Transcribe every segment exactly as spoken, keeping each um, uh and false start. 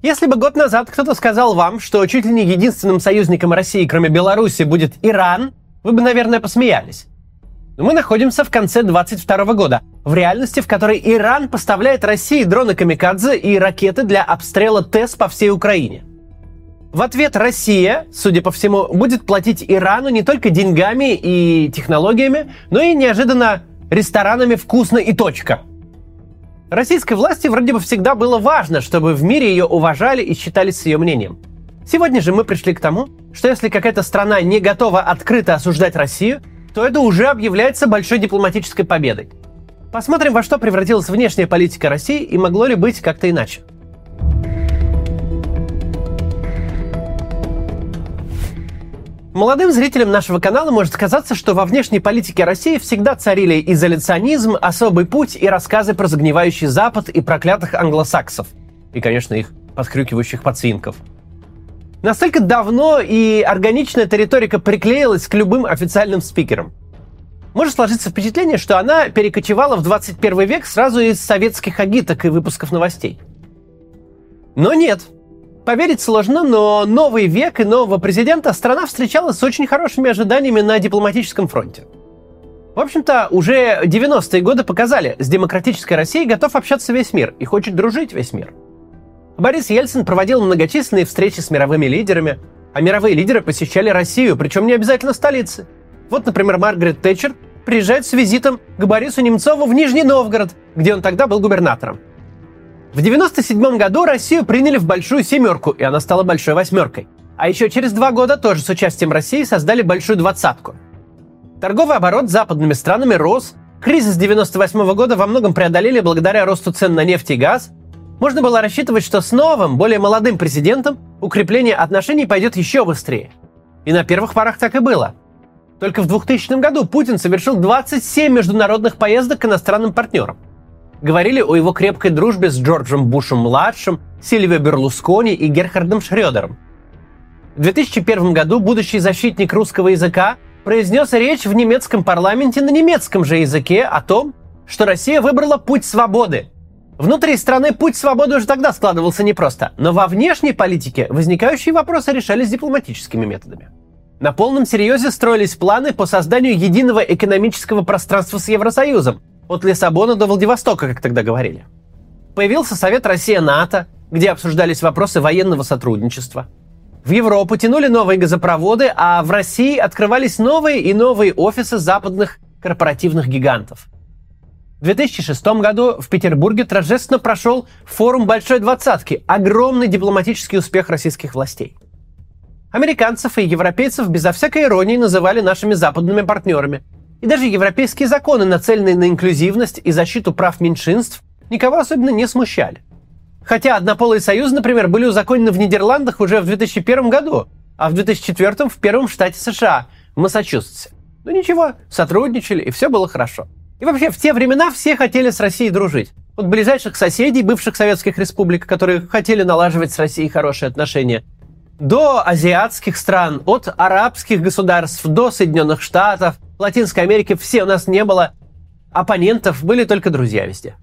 Если бы год назад кто-то сказал вам, что чуть ли не единственным союзником России, кроме Беларуси, будет Иран, вы бы, наверное, посмеялись. Но мы находимся в конце двадцать второго года, в реальности, в которой Иран поставляет России дроны «Камикадзе» и ракеты для обстрела ТЭС по всей Украине. В ответ Россия, судя по всему, будет платить Ирану не только деньгами и технологиями, но и неожиданно ресторанами «Вкусно» и «Точка». Российской власти вроде бы всегда было важно, чтобы в мире ее уважали и считались с ее мнением. Сегодня же мы пришли к тому, что если какая-то страна не готова открыто осуждать Россию, то это уже объявляется большой дипломатической победой. Посмотрим, во что превратилась внешняя политика России и могло ли быть как-то иначе. Молодым зрителям нашего канала может казаться, что во внешней политике России всегда царили изоляционизм, особый путь и рассказы про загнивающий Запад и проклятых англосаксов. И, конечно, их подхрюкивающих подсвинков. Настолько давно и органично эта риторика приклеилась к любым официальным спикерам. Может сложиться впечатление, что она перекочевала в двадцать первый век сразу из советских агиток и выпусков новостей. Но нет. Поверить сложно, но новый век и нового президента страна встречала с очень хорошими ожиданиями на дипломатическом фронте. В общем-то, уже девяностые годы показали, с демократической Россией готов общаться весь мир и хочет дружить весь мир. Борис Ельцин проводил многочисленные встречи с мировыми лидерами, а мировые лидеры посещали Россию, причем не обязательно столицы. Вот, например, Маргарет Тэтчер приезжает с визитом к Борису Немцову в Нижний Новгород, где он тогда был губернатором. В девяносто седьмом году Россию приняли в Большую Семерку, и она стала Большой Восьмеркой. А еще через два года тоже с участием России создали Большую Двадцатку. Торговый оборот с западными странами рос, кризис девяносто восьмого года во многом преодолели благодаря росту цен на нефть и газ. Можно было рассчитывать, что с новым, более молодым президентом укрепление отношений пойдет еще быстрее. И на первых порах так и было. Только в двухтысячном году Путин совершил двадцать семь международных поездок к иностранным партнерам. Говорили о его крепкой дружбе с Джорджем Бушем-младшим, Сильвио Берлускони и Герхардом Шрёдером. В две тысячи первом году будущий защитник русского языка произнес речь в немецком парламенте на немецком же языке о том, что Россия выбрала путь свободы. Внутри страны путь свободы уже тогда складывался непросто, но во внешней политике возникающие вопросы решались дипломатическими методами. На полном серьезе строились планы по созданию единого экономического пространства с Евросоюзом, от Лиссабона до Владивостока, как тогда говорили. Появился Совет Россия-НАТО, где обсуждались вопросы военного сотрудничества. В Европу тянули новые газопроводы, а в России открывались новые и новые офисы западных корпоративных гигантов. В две тысячи шестом году в Петербурге торжественно прошел форум Большой Двадцатки, огромный дипломатический успех российских властей. Американцев и европейцев безо всякой иронии называли нашими западными партнерами. И даже европейские законы, нацеленные на инклюзивность и защиту прав меньшинств, никого особенно не смущали. Хотя однополые союзы, например, были узаконены в Нидерландах уже в две тысячи первом году, а в две тысячи четвёртом в первом штате США, в Массачусетсе. Но ничего, сотрудничали, и все было хорошо. И вообще, в те времена все хотели с Россией дружить. От ближайших соседей бывших советских республик, которые хотели налаживать с Россией хорошие отношения, до азиатских стран, от арабских государств до Соединенных Штатов, Латинской Америки, все у нас не было оппонентов, были только друзья везде.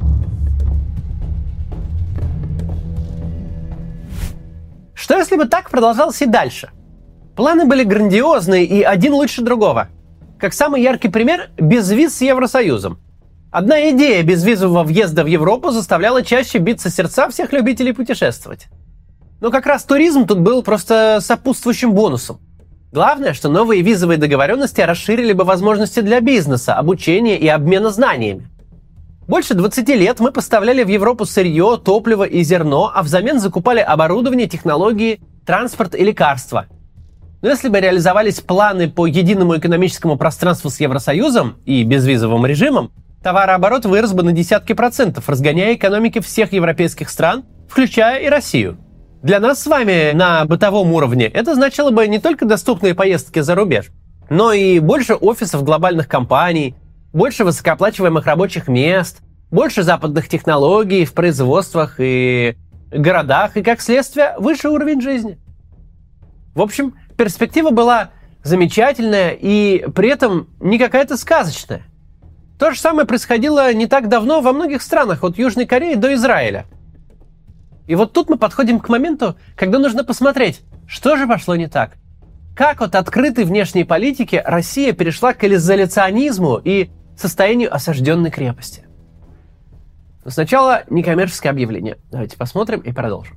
Что если бы так продолжалось и дальше? Планы были грандиозные и один лучше другого. Как самый яркий пример – безвиз с Евросоюзом. Одна идея безвизового въезда в Европу заставляла чаще биться сердца всех любителей путешествовать. Но как раз туризм тут был просто сопутствующим бонусом. Главное, что новые визовые договоренности расширили бы возможности для бизнеса, обучения и обмена знаниями. Больше двадцати лет мы поставляли в Европу сырье, топливо и зерно, а взамен закупали оборудование, технологии, транспорт и лекарства. Но если бы реализовались планы по единому экономическому пространству с Евросоюзом и безвизовым режимом, товарооборот вырос бы на десятки процентов, разгоняя экономики всех европейских стран, включая и Россию. Для нас с вами на бытовом уровне это значило бы не только доступные поездки за рубеж, но и больше офисов глобальных компаний, больше высокооплачиваемых рабочих мест, больше западных технологий в производствах и городах, и, как следствие, высший уровень жизни. В общем, перспектива была замечательная и при этом не какая-то сказочная. То же самое происходило не так давно во многих странах, от Южной Кореи до Израиля. И вот тут мы подходим к моменту, когда нужно посмотреть, что же пошло не так. Как от открытой внешней политики Россия перешла к изоляционизму и состоянию осажденной крепости. Но сначала некоммерческое объявление. Давайте посмотрим и продолжим.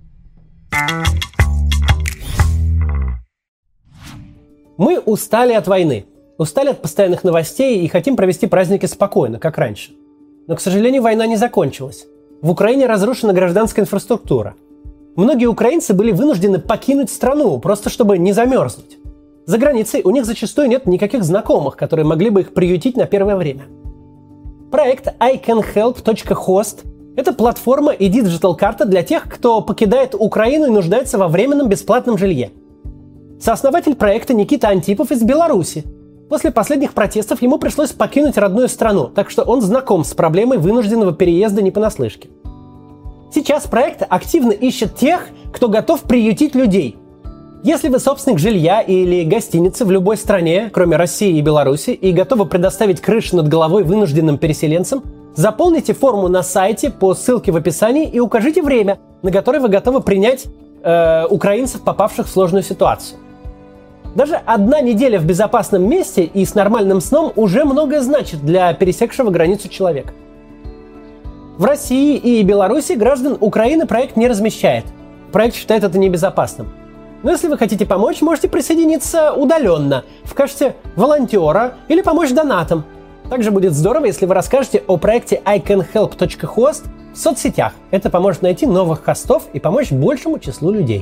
Мы устали от войны, устали от постоянных новостей и хотим провести праздники спокойно, как раньше. Но, к сожалению, война не закончилась. В Украине разрушена гражданская инфраструктура. Многие украинцы были вынуждены покинуть страну, просто чтобы не замерзнуть. За границей у них зачастую нет никаких знакомых, которые могли бы их приютить на первое время. Проект ай кэн хелп точка хост – это платформа и диджитал-карта для тех, кто покидает Украину и нуждается во временном бесплатном жилье. Сооснователь проекта Никита Антипов из Беларуси. После последних протестов ему пришлось покинуть родную страну, так что он знаком с проблемой вынужденного переезда не понаслышке. Сейчас проект активно ищет тех, кто готов приютить людей. Если вы собственник жилья или гостиницы в любой стране, кроме России и Беларуси, и готовы предоставить крышу над головой вынужденным переселенцам, заполните форму на сайте по ссылке в описании и укажите время, на которое вы готовы принять э, украинцев, попавших в сложную ситуацию. Даже одна неделя в безопасном месте и с нормальным сном уже многое значит для пересекшего границу человека. В России и Беларуси граждан Украины проект не размещает. Проект считает это небезопасным. Но если вы хотите помочь, можете присоединиться удаленно, в качестве волонтера или помочь донатом. Также будет здорово, если вы расскажете о проекте ай кэн хелп точка хост в соцсетях. Это поможет найти новых хостов и помочь большему числу людей.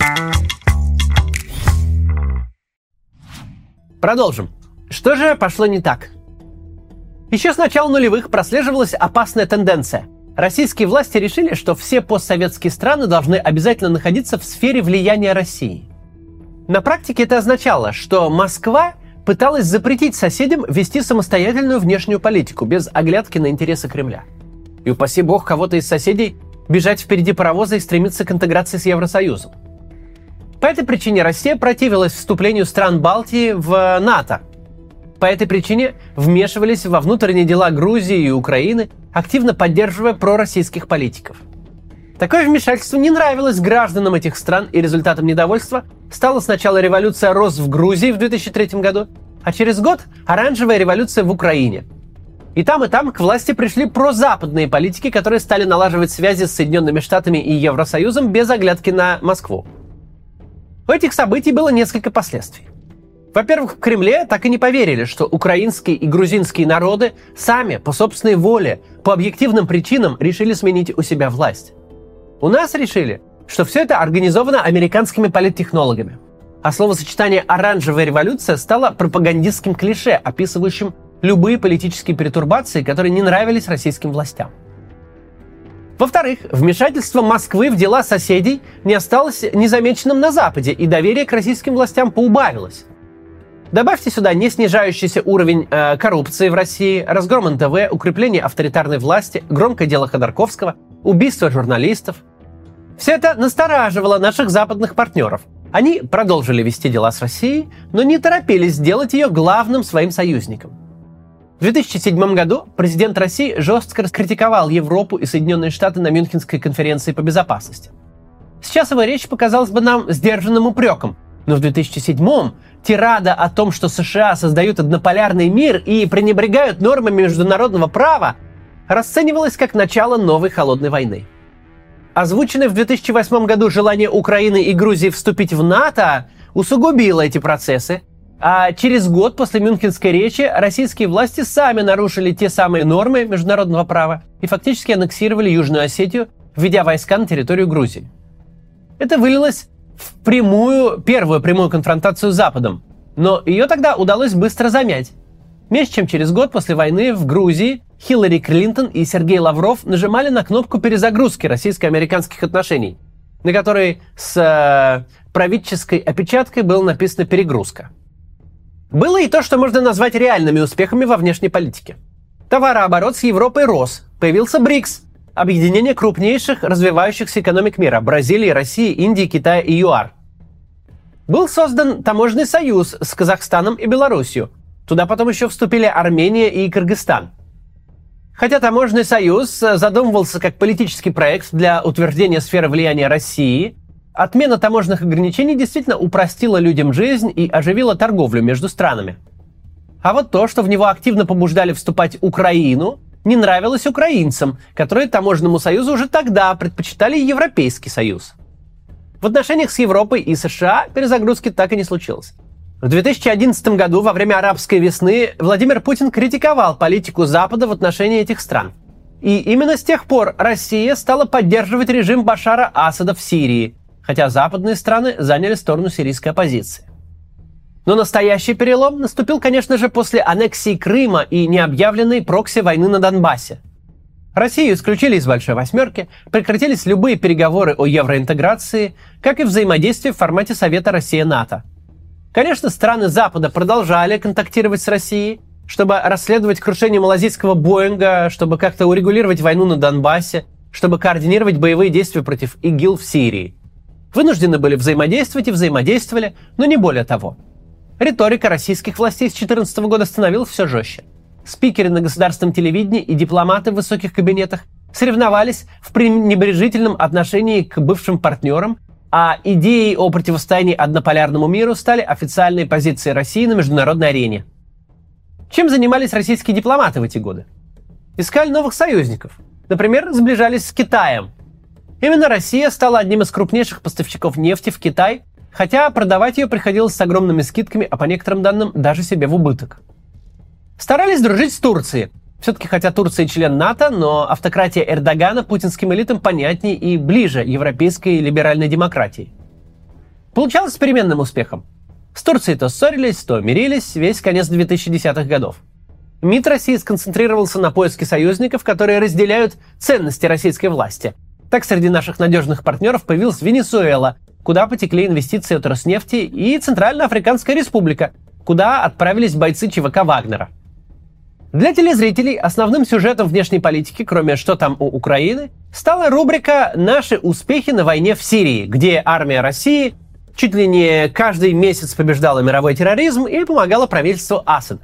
Продолжим. Что же пошло не так? Еще с начала нулевых прослеживалась опасная тенденция. Российские власти решили, что все постсоветские страны должны обязательно находиться в сфере влияния России. На практике это означало, что Москва пыталась запретить соседям вести самостоятельную внешнюю политику без оглядки на интересы Кремля. И упаси бог кого-то из соседей бежать впереди паровоза и стремиться к интеграции с Евросоюзом. По этой причине Россия противилась вступлению стран Балтии в НАТО. По этой причине вмешивались во внутренние дела Грузии и Украины, активно поддерживая пророссийских политиков. Такое вмешательство не нравилось гражданам этих стран, и результатом недовольства стала сначала революция роз в Грузии в две тысячи третьем году, а через год оранжевая революция в Украине. И там, и там к власти пришли прозападные политики, которые стали налаживать связи с Соединенными Штатами и Евросоюзом без оглядки на Москву. У этих событий было несколько последствий. Во-первых, в Кремле так и не поверили, что украинские и грузинские народы сами, по собственной воле, по объективным причинам решили сменить у себя власть. У нас решили, что все это организовано американскими политтехнологами. А словосочетание «оранжевая революция» стало пропагандистским клише, описывающим любые политические пертурбации, которые не нравились российским властям. Во-вторых, вмешательство Москвы в дела соседей не осталось незамеченным на Западе, и доверие к российским властям поубавилось. Добавьте сюда не снижающийся уровень э, коррупции в России, разгром эн тэ вэ, укрепление авторитарной власти, громкое дело Ходорковского, убийство журналистов. Все это настораживало наших западных партнеров. Они продолжили вести дела с Россией, но не торопились сделать ее главным своим союзником. В две тысячи седьмом году президент России жестко раскритиковал Европу и Соединенные Штаты на Мюнхенской конференции по безопасности. Сейчас его речь показалась бы нам сдержанным упреком, но в две тысячи седьмом тирада о том, что США создают однополярный мир и пренебрегают нормами международного права, расценивалась как начало новой холодной войны. Озвученное в две тысячи восьмом году желание Украины и Грузии вступить в НАТО усугубило эти процессы, а через год после Мюнхенской речи российские власти сами нарушили те самые нормы международного права и фактически аннексировали Южную Осетию, введя войска на территорию Грузии. Это вылилось в прямую, первую прямую конфронтацию с Западом, но ее тогда удалось быстро замять. Меньше чем через год после войны в Грузии Хиллари Клинтон и Сергей Лавров нажимали на кнопку перезагрузки российско-американских отношений, на которой с э, правительской опечаткой было написано «перегрузка». Было и то, что можно назвать реальными успехами во внешней политике. Товарооборот с Европой рос, появился БРИКС, объединение крупнейших развивающихся экономик мира – Бразилии, России, Индии, Китая и ЮАР. Был создан таможенный союз с Казахстаном и Белоруссией. Туда потом еще вступили Армения и Кыргызстан. Хотя Таможенный союз задумывался как политический проект для утверждения сферы влияния России, отмена таможенных ограничений действительно упростила людям жизнь и оживила торговлю между странами. А вот то, что в него активно побуждали вступать Украину, не нравилось украинцам, которые Таможенному союзу уже тогда предпочитали Европейский союз. В отношениях с Европой и США перезагрузки так и не случилось. В две тысячи одиннадцатом году, во время арабской весны, Владимир Путин критиковал политику Запада в отношении этих стран. И именно с тех пор Россия стала поддерживать режим Башара Асада в Сирии, хотя западные страны заняли сторону сирийской оппозиции. Но настоящий перелом наступил, конечно же, после аннексии Крыма и необъявленной прокси-войны на Донбассе. Россию исключили из Большой Восьмерки, прекратились любые переговоры о евроинтеграции, как и взаимодействие в формате Совета Россия-НАТО. Конечно, страны Запада продолжали контактировать с Россией, чтобы расследовать крушение малазийского Боинга, чтобы как-то урегулировать войну на Донбассе, чтобы координировать боевые действия против ИГИЛ в Сирии. Вынуждены были взаимодействовать и взаимодействовали, но не более того. Риторика российских властей с две тысячи четырнадцатого года становилась все жестче. Спикеры на государственном телевидении и дипломаты в высоких кабинетах соревновались в пренебрежительном отношении к бывшим партнерам, а идеей о противостоянии однополярному миру стали официальные позиции России на международной арене. Чем занимались российские дипломаты в эти годы? Искали новых союзников. Например, сближались с Китаем. Именно Россия стала одним из крупнейших поставщиков нефти в Китай, хотя продавать ее приходилось с огромными скидками, а по некоторым данным даже себе в убыток. Старались дружить с Турцией. Все-таки, хотя Турция член НАТО, но автократия Эрдогана путинским элитам понятнее и ближе европейской либеральной демократии. Получалось с переменным успехом. С Турцией то ссорились, то мирились весь конец две тысячи десятых годов. МИД России сконцентрировался на поиске союзников, которые разделяют ценности российской власти. Так, среди наших надежных партнеров появилась Венесуэла, куда потекли инвестиции от Роснефти, и Центральноафриканская республика, куда отправились бойцы ЧВК Вагнера. Для телезрителей основным сюжетом внешней политики, кроме «Что там у Украины», стала рубрика «Наши успехи на войне в Сирии», где армия России чуть ли не каждый месяц побеждала мировой терроризм и помогала правительству Асада.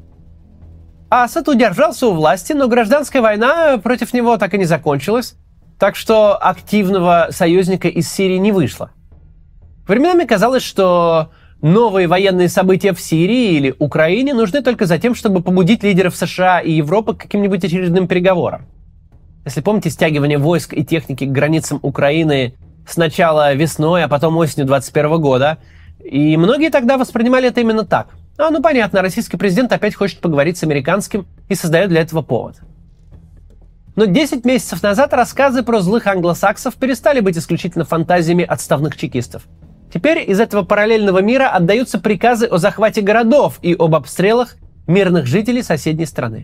Асад удержался у власти, но гражданская война против него так и не закончилась, так что активного союзника из Сирии не вышло. Временами казалось, что новые военные события в Сирии или Украине нужны только за тем, чтобы побудить лидеров США и Европы к каким-нибудь очередным переговорам. Если помните стягивание войск и техники к границам Украины сначала весной, а потом осенью двадцать первого года, и многие тогда воспринимали это именно так. А, ну понятно, российский президент опять хочет поговорить с американским и создает для этого повод. Но десять месяцев назад рассказы про злых англосаксов перестали быть исключительно фантазиями отставных чекистов. Теперь из этого параллельного мира отдаются приказы о захвате городов и об обстрелах мирных жителей соседней страны.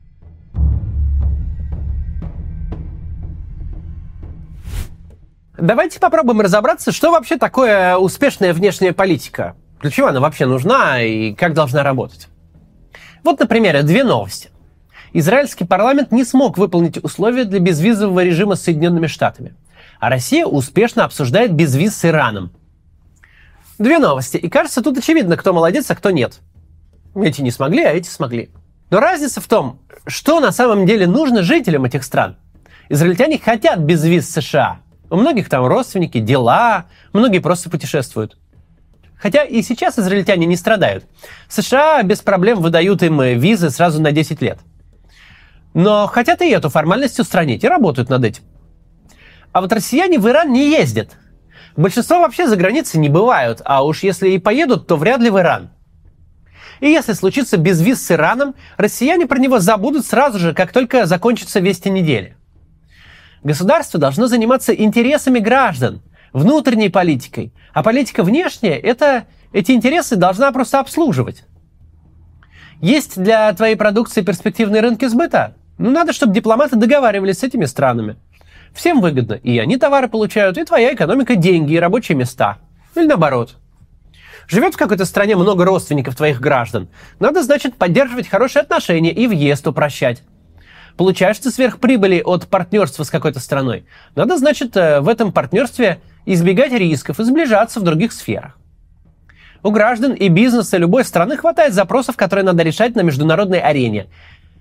Давайте попробуем разобраться, что вообще такое успешная внешняя политика. Для чего она вообще нужна и как должна работать. Вот, например, две новости. Израильский парламент не смог выполнить условия для безвизового режима с Соединенными Штатами, а Россия успешно обсуждает безвиз с Ираном. Две новости, и кажется, тут очевидно, кто молодец, а кто нет. Эти не смогли, а эти смогли. Но разница в том, что на самом деле нужно жителям этих стран. Израильтяне хотят безвиз с США. У многих там родственники, дела, многие просто путешествуют. Хотя и сейчас израильтяне не страдают. США без проблем выдают им визы сразу на десять лет. Но хотят и эту формальность устранить, и работают над этим. А вот россияне в Иран не ездят. Большинство вообще за границей не бывают, а уж если и поедут, то вряд ли в Иран. И если случится безвиз с Ираном, россияне про него забудут сразу же, как только закончатся вести недели. Государство должно заниматься интересами граждан, внутренней политикой, а политика внешняя это, эти интересы должна просто обслуживать. Есть для твоей продукции перспективные рынки сбыта? Ну, надо, чтобы дипломаты договаривались с этими странами. Всем выгодно. И они товары получают, и твоя экономика деньги и рабочие места. Или наоборот. Живет в какой-то стране много родственников твоих граждан. Надо, значит, поддерживать хорошие отношения и въезд упрощать. Получаешь ты сверхприбыли от партнерства с какой-то страной. Надо, значит, в этом партнерстве избегать рисков и сближаться в других сферах. У граждан и бизнеса любой страны хватает запросов, которые надо решать на международной арене.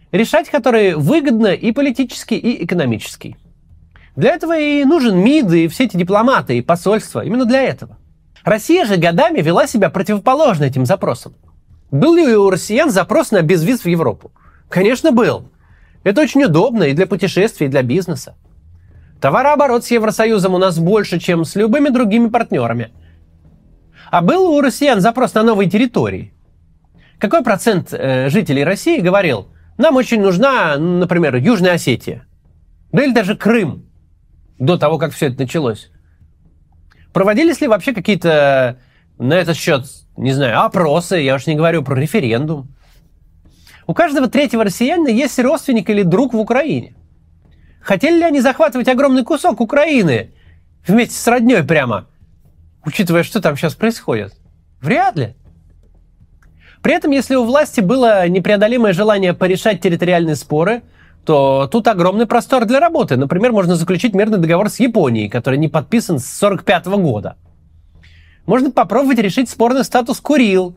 решать которые выгодно и политически, и экономически. Для этого и нужен МИД, и все эти дипломаты, и посольства. Именно для этого. Россия же годами вела себя противоположно этим запросам. Был ли у россиян запрос на безвиз в Европу? Конечно, был. Это очень удобно и для путешествий, и для бизнеса. Товарооборот с Евросоюзом у нас больше, чем с любыми другими партнерами. А был у россиян запрос на новые территории? Какой процент э, жителей России говорил, нам очень нужна, например, Южная Осетия? Да или даже Крым, до того, как все это началось. Проводились ли вообще какие-то на этот счет, не знаю, опросы, я уж не говорю про референдум? У каждого третьего россиянина есть родственник или друг в Украине. Хотели ли они захватывать огромный кусок Украины вместе с родней прямо, учитывая, что там сейчас происходит? Вряд ли. При этом, если у власти было непреодолимое желание порешать территориальные споры, то тут огромный простор для работы. Например, можно заключить мирный договор с Японией, который не подписан с сорок пятого года. Можно попробовать решить спорный статус Курил.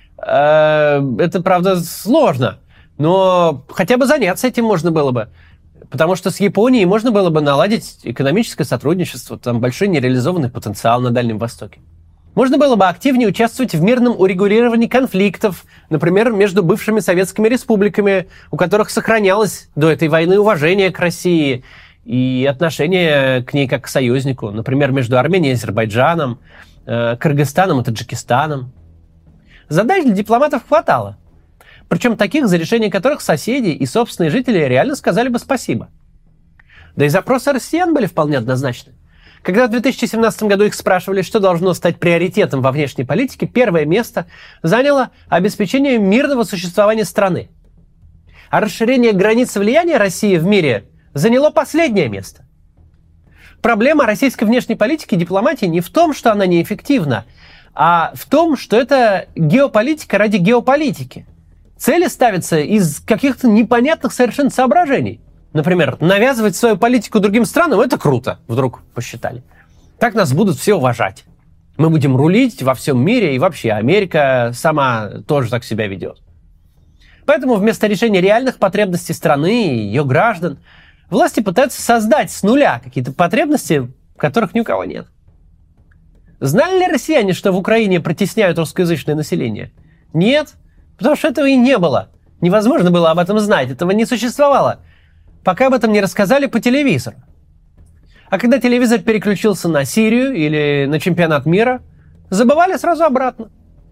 Это, правда, сложно, но хотя бы заняться этим можно было бы. Потому что с Японией можно было бы наладить экономическое сотрудничество, там большой нереализованный потенциал на Дальнем Востоке. Можно было бы активнее участвовать в мирном урегулировании конфликтов, например, между бывшими советскими республиками, у которых сохранялось до этой войны уважение к России и отношение к ней как к союзнику, например, между Арменией и Азербайджаном, э, Кыргызстаном и Таджикистаном. Задач для дипломатов хватало. Причем таких, за решение которых соседи и собственные жители реально сказали бы спасибо. Да и запросы россиян были вполне однозначны. Когда в две тысячи семнадцатом году их спрашивали, что должно стать приоритетом во внешней политике, первое место заняло обеспечение мирного существования страны. А расширение границ влияния России в мире заняло последнее место. Проблема российской внешней политики и дипломатии не в том, что она неэффективна, а в том, что это геополитика ради геополитики. Цели ставятся из каких-то непонятных совершенно соображений. Например, навязывать свою политику другим странам – это круто, вдруг посчитали. Так нас будут все уважать. Мы будем рулить во всем мире, и вообще Америка сама тоже так себя ведет. Поэтому вместо решения реальных потребностей страны и ее граждан, власти пытаются создать с нуля какие-то потребности, которых ни у кого нет. Знали ли россияне, что в Украине притесняют русскоязычное население? Нет, потому что этого и не было. Невозможно было об этом знать, этого не существовало, пока об этом не рассказали по телевизору. А когда телевизор переключился на Сирию или на чемпионат мира, забывали сразу обратно.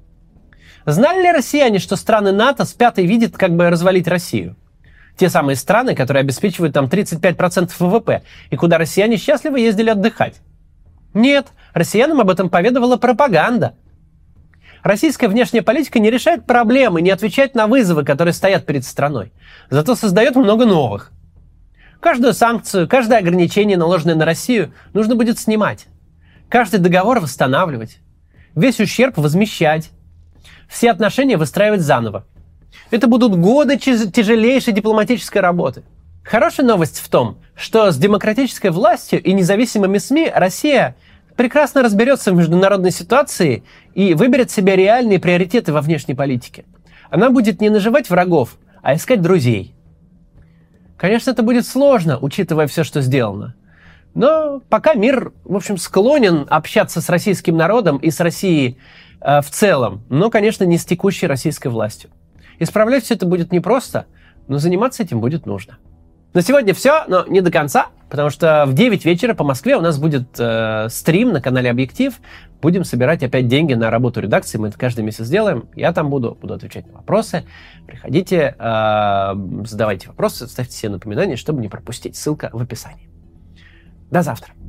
Знали ли россияне, что страны НАТО спят и видят, как бы развалить Россию? Те самые страны, которые обеспечивают там тридцать пять процентов ВВП, и куда россияне счастливо ездили отдыхать. Нет, россиянам об этом поведовала пропаганда. Российская внешняя политика не решает проблемы, не отвечает на вызовы, которые стоят перед страной. Зато создает много новых. Каждую санкцию, каждое ограничение, наложенное на Россию, нужно будет снимать. Каждый договор восстанавливать. Весь ущерб возмещать. Все отношения выстраивать заново. Это будут годы тяжелейшей дипломатической работы. Хорошая новость в том, что с демократической властью и независимыми СМИ Россия прекрасно разберется в международной ситуации и выберет себе реальные приоритеты во внешней политике. Она будет не наживать врагов, а искать друзей. Конечно, это будет сложно, учитывая все, что сделано. Но пока мир, в общем, склонен общаться с российским народом и с Россией э, в целом, но, конечно, не с текущей российской властью. Исправлять все это будет непросто, но заниматься этим будет нужно. На сегодня все, но не до конца, потому что в девять вечера по Москве у нас будет э, стрим на канале «Объектив». Будем собирать опять деньги на работу редакции, мы это каждый месяц делаем. Я там буду, буду отвечать на вопросы. Приходите, э, задавайте вопросы, ставьте себе напоминания, чтобы не пропустить. Ссылка в описании. До завтра.